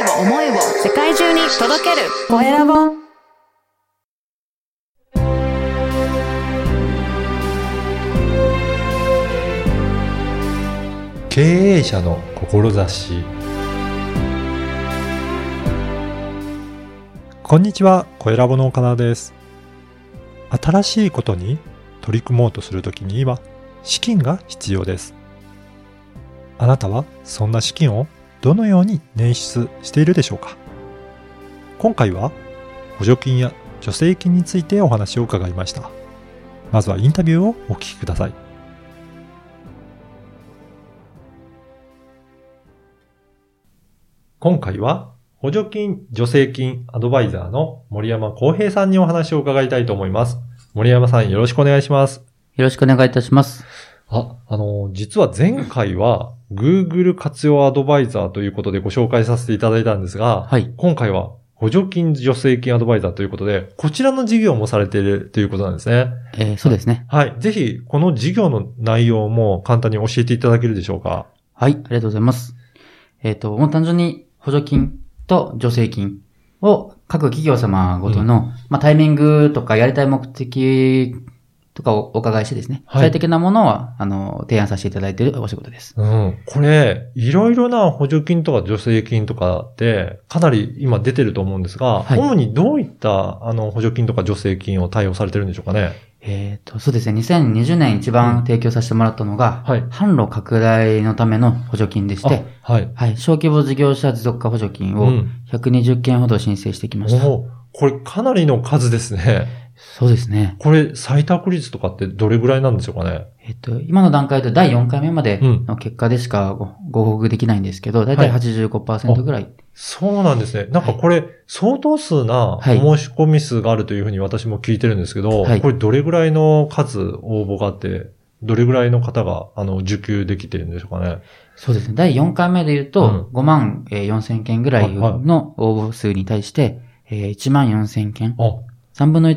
思いを世界中に届けるコエラボ。 経営者の志。こんにちは、コエラボの岡田です。新しいことに取り組もうとするときには資金が必要です。あなたはそんな資金をどのように捻出しているでしょうか。今回は補助金や助成金についてお話を伺いました。まずはインタビューをお聞きください。今回は補助金・助成金アドバイザーの森山康平さんにお話を伺いたいと思います。森山さん、よろしくお願いします。 よろしくお願いいたします。 実は前回は Google 活用アドバイザーということでご紹介させていただいたんですが、 はい、 今回は補助金・助成金アドバイザーということで、こちらの事業もされているということなんですね。 そうですね。 はい。ぜひ、この事業の内容も簡単に教えていただけるでしょうか。 はい、ありがとうございます。もう単純に補助金と助成金を各企業様ごとの、タイミングとかやりたい目的とかをお伺いしてですね、具体的なものは、提案させていただいているお仕事です。 これ、いろいろな補助金とか助成金とかってかなり今出てると思うんですが、主にどういった補助金とか助成金を対応されてるんでしょうかね。 そうですね。2020年一番提供させてもらったのが、販路拡大のための補助金でして、小規模事業者持続化補助金を120件ほど申請してきました。 これかなりの数ですね。 そうですね。 これ採択率とかってどれぐらいなんでしょうかね。 今の段階で第4回目までの結果でしかご報告できないんですけど、だいたい 85% ぐらい。 そうなんですね。なんかこれ、相当数なお申し込み数があるというふうに私も聞いてるんですけど、これどれぐらいの数応募があって、どれぐらいの方が受給できてるんでしょうかね。 そうですね。第4回目で言うと、5万4千件ぐらいの応募数に対して、1万4千件。3分の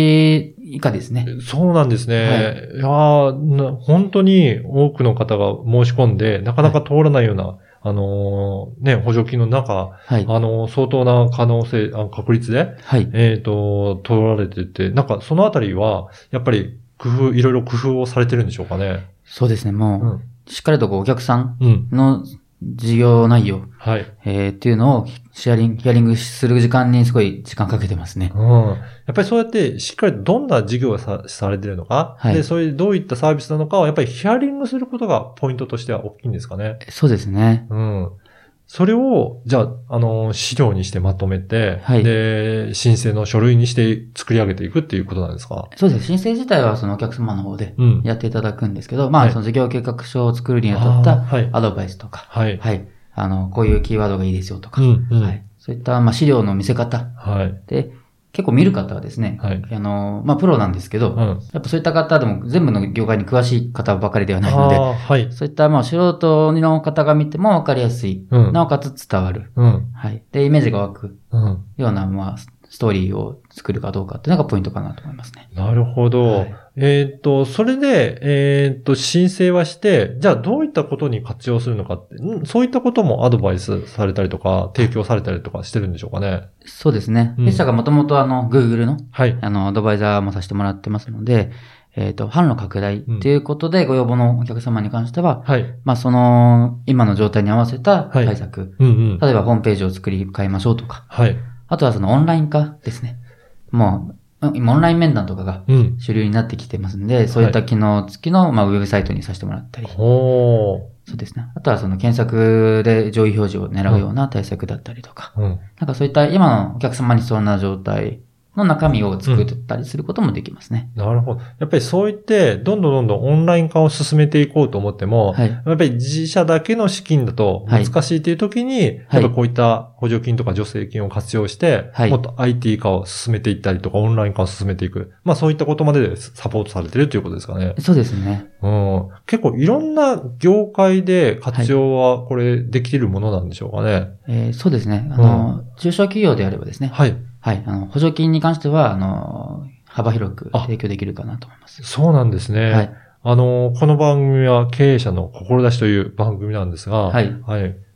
1以下ですね。 そうなんですね。いやー、本当に多くの方が申し込んで、なかなか通らないような、補助金の中、相当な確率で、取られてて、なんかそのあたりは、やっぱりいろいろ工夫をされてるんでしょうかね。 そうですね、もう、しっかりとお客さんの事業内容、っていうのをヒアリングする時間にすごい時間かけてますね。 やっぱりそうやってしっかりとどんな事業をされてるのか、で、そういうどういったサービスなのかをやっぱりヒアリングすることがポイントとしては大きいんですかね。 そうですね。 それを、じゃあ、資料にしてまとめて、で、申請の書類にして作り上げていくっていうことなんですか？ そうです。申請自体はそのお客様の方でやっていただくんですけど、その事業計画書を作るにあたったアドバイスとか、こういうキーワードがいいですよとか、そういった資料の見せ方、で、結構見る方はですね、プロなんですけど、やっぱそういった方でも全部の業界に詳しい方ばかりではないので、そういった素人の方が見てもわかりやすい、なおかつ伝わる、で、イメージが湧くような、ストーリーを作るかどうかっていうのがポイントかなと思いますね。 なるほど。それで、申請はして、じゃあどういったことに活用するのかって、そういったこともアドバイスされたりとか、提供されたりとかしてるんでしょうかね。 そうですね。弊社がもともとGoogle の、アドバイザーもさせてもらってますので、販路拡大っていうことでご要望のお客様に関しては、その、今の状態に合わせた対策、例えばホームページを作り変えましょうとか、あとはそのオンライン化ですね。もう、今オンライン面談とかが主流になってきてますんで、そういった機能付きの、ウェブサイトにさせてもらったり。そうですね。あとはその検索で上位表示を狙うような対策だったりとか。なんかそういった今のお客様に必要な状態の中身を作ったりすることもできますね。 なるほど。やっぱりそう言って、どんどんオンライン化を進めていこうと思っても、やっぱり自社だけの資金だと難しいという時に、やっぱこういった補助金とか助成金を活用して、もっと IT 化を進めていったりとか、オンライン化を進めていく。そういったことまでサポートされているということですかね。 そうですね。 結構いろんな業界で活用はこれできているものなんでしょうかね。 そうですね。中小企業であればですね。補助金に関しては、幅広く提供できるかなと思います。 そうなんですね。この番組は経営者の志という番組なんですが、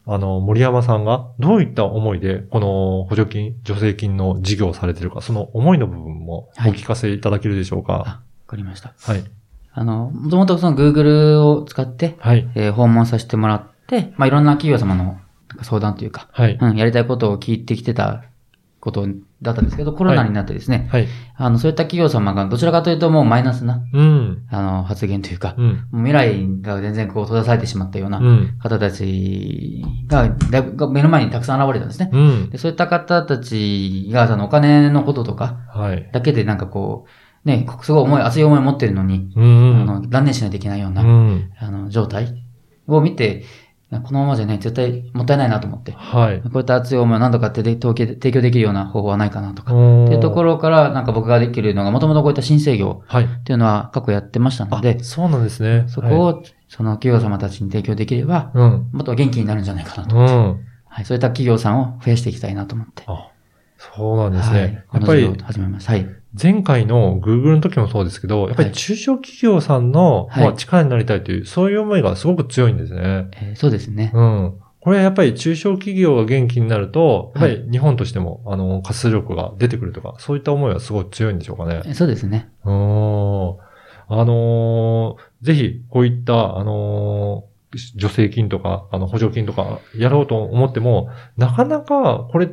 森山さんがどういった思いで、この補助金、助成金の事業をされているか、その思いの部分もお聞かせいただけるでしょうか。 わかりました。 はい。 もともとその Google を使って、はい。訪問させてもらって、いろんな企業様の相談というか、はい。やりたいことを聞いてきてたことだったんですけど、コロナになってですね、はい。そういった企業様がどちらかというともうマイナスな、発言というか、未来が全然閉ざされてしまったような方たちが目の前にたくさん現れたんですね。でそういった方たちが、お金のこととか、だけでね、すごい熱い思いを持っているのに、断念しないといけないような、状態を見て、このままじゃね、絶対もったいないなと思って。はい。こういった熱い思いを何とか提供できるような方法はないかなとか。っていうところから、僕ができるのが、もともとこういった新制業っていうのは過去やってましたので。 そうなんですね。 そこを、その企業様たちに提供できれば、もっと元気になるんじゃないかなと思って。はい。そういった企業さんを増やしていきたいなと思って。 そうなんですね。はい、 やっぱり、始めます。はい。 前回の Google の時もそうですけど、やっぱり中小企業さんの、力になりたいという、そういう思いがすごく強いんですね。 そうですね。 これはやっぱり中小企業が元気になると、やっぱり日本としても、活力が出てくるとか、そういった思いはすごい強いんでしょうかね。 そうですね。 ぜひ、こういった、助成金とか、補助金とか、やろうと思っても、なかなかこれって、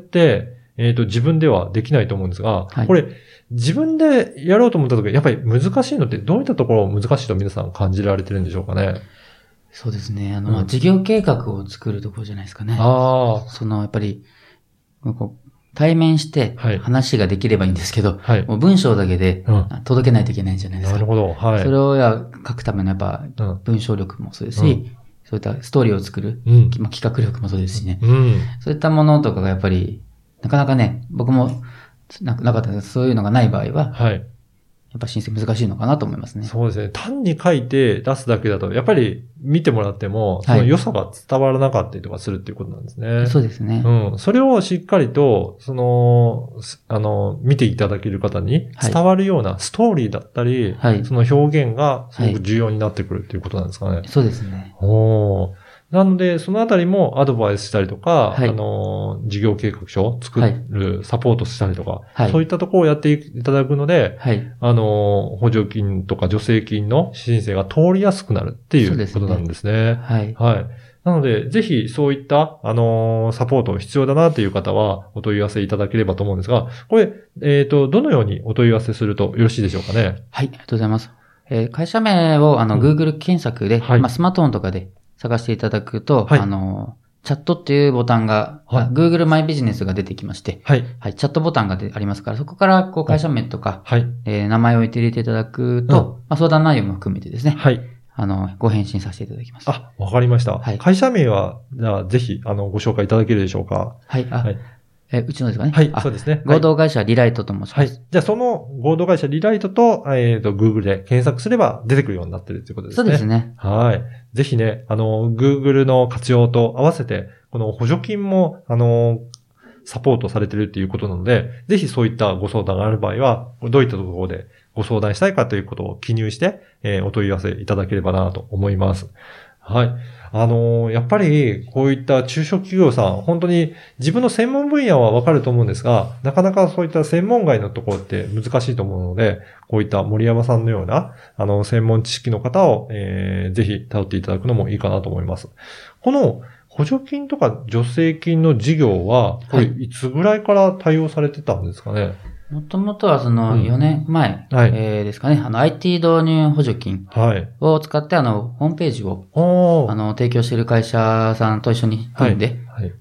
自分ではできないと思うんですが、これ、自分でやろうと思った時、やっぱり難しいのってどういったところを難しいと皆さん感じられてるんでしょうかね。 そうですね。事業計画を作るところじゃないですかね。やっぱり、対面して話ができればいいんですけど、もう文章だけで届けないといけないんじゃないですか。 なるほど。はい。 それを書くためのやっぱ文章力もそうですし、そういったストーリーを作る、企画力もそうですしね。そういったものとかがやっぱり、なかなかね、僕もなかったです。そういうのがない場合は、やっぱ申請難しいのかなと思いますね。 そうですね。単に書いて出すだけだと、やっぱり見てもらっても、その良さが伝わらなかったりとかするっていうことなんですね。 そうですね。 それをしっかりと、見ていただける方に伝わるようなストーリーだったり、その表現がすごく重要になってくるっていうことなんですかね。 そうですね。 なので、そのあたりもアドバイスしたりとか、事業計画書を作る、サポートしたりとか、そういったところをやっていただくので、補助金とか助成金の申請が通りやすくなるっていうことなんですね。なので、ぜひそういった、サポート必要だなという方はお問い合わせいただければと思うんですが、これ、どのようにお問い合わせするとよろしいでしょうかね。 はい、ありがとうございます。会社名をGoogle 検索で、スマートフォンとかで探していただくと、チャットっていうボタンが、Google マイビジネスが出てきまして、チャットボタンがありますから、そこから会社名とか、名前を入れていただくと、相談内容も含めてですね、ご返信させていただきます。 わかりました。会社名は、じゃあぜひ、ご紹介いただけるでしょうか。 うちのですかね。 そうですね。 合同会社リライトと申します。 じゃあその合同会社リライトと、Google で検索すれば出てくるようになってるということですね。 そうですね。 ぜひね、Google の活用と合わせて、この補助金も、サポートされてるっていうことなので、ぜひそういったご相談がある場合は、どういったところでご相談したいかということを記入して、お問い合わせいただければなと思います。やっぱり、こういった中小企業さん、本当に自分の専門分野はわかると思うんですが、なかなかそういった専門外のところって難しいと思うので、こういった森山さんのような、専門知識の方を、ぜひ頼っていただくのもいいかなと思います。この補助金とか助成金の事業は、これいつぐらいから対応されてたんですかね。 もともとは4年前、ですかね、IT 導入補助金を使ってホームページを、提供している会社さんと一緒に組んで、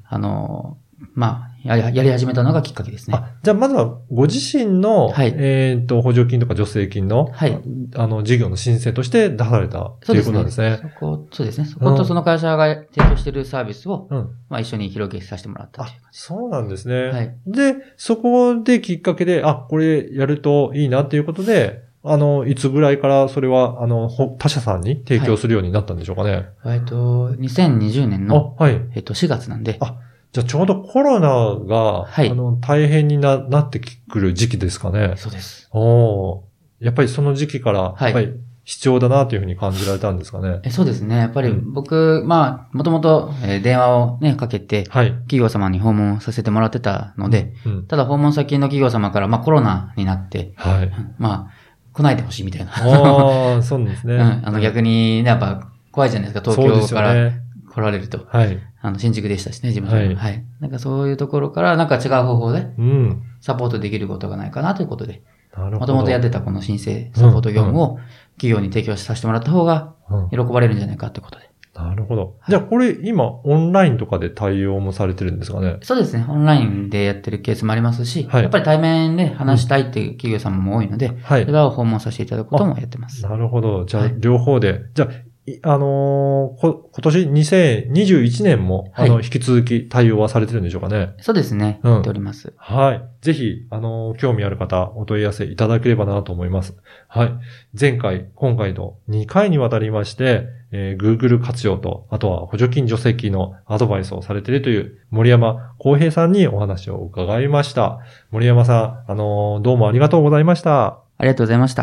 やり始めたのがきっかけですね。 じゃあまずはご自身の、補助金とか助成金の、事業の申請として出されたということなんですね。 そうですね。そことその会社が提供しているサービスを、一緒に広げさせてもらったという感じ。 そうなんですね。で、そこできっかけで、これやるといいなっていうことで、いつぐらいからそれは、他社さんに提供するようになったんでしょうかね。 2020年の、4月なんで、 じゃあちょうどコロナが、大変になってくる時期ですかね。 そうです。 やっぱりその時期から、やっぱり必要だなというふうに感じられたんですかね。 そうですね。やっぱり僕、もともと電話をね、かけて、企業様に訪問させてもらってたので、ただ訪問先の企業様から、コロナになって、来ないでほしいみたいな。 そうですね。 逆に、やっぱ怖いじゃないですか、東京から来られると。新宿でしたしね、事務所。なんかそういうところから、なんか違う方法で、サポートできることがないかなということで、もともとやってたこの申請サポート業務を企業に提供させてもらった方が、喜ばれるんじゃないかということで。 なるほど。じゃあこれ今オンラインとかで対応もされてるんですかね？ そうですね。オンラインでやってるケースもありますし、やっぱり対面で話したいっていう企業様も多いので、それを訪問させていただくこともやってます。 なるほど。じゃあ両方で。じゃあ今年2021年も、引き続き対応はされてるんでしょうかね？ そうですね。やっております。 はい。ぜひ、興味ある方、お問い合わせいただければなと思います。はい。前回、今回の2回にわたりまして、Google 活用と、あとは補助金助成金のアドバイスをされているという森山康平さんにお話を伺いました。森山さん、どうもありがとうございました。 ありがとうございました。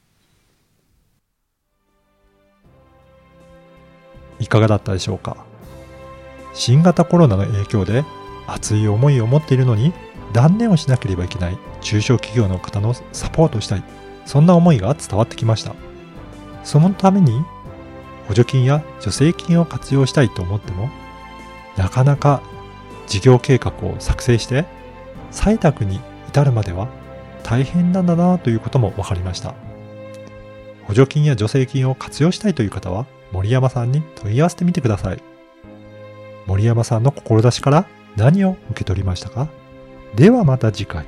いかがだったでしょうか。新型コロナの影響で熱い思いを持っているのに断念をしなければいけない中小企業の方のサポートをしたい、そんな思いが伝わってきました。そのために補助金や助成金を活用したいと思っても、なかなか事業計画を作成して採択に至るまでは大変なんだなということも分かりました。補助金や助成金を活用したいという方は森山さんに問い合わせてみてください。森山さんの志から何を受け取りましたか？ではまた次回。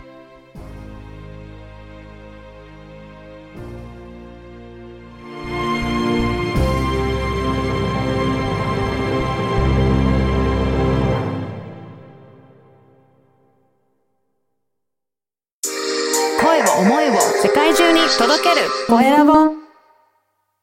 声を思いを世界中に届けるコエラボ。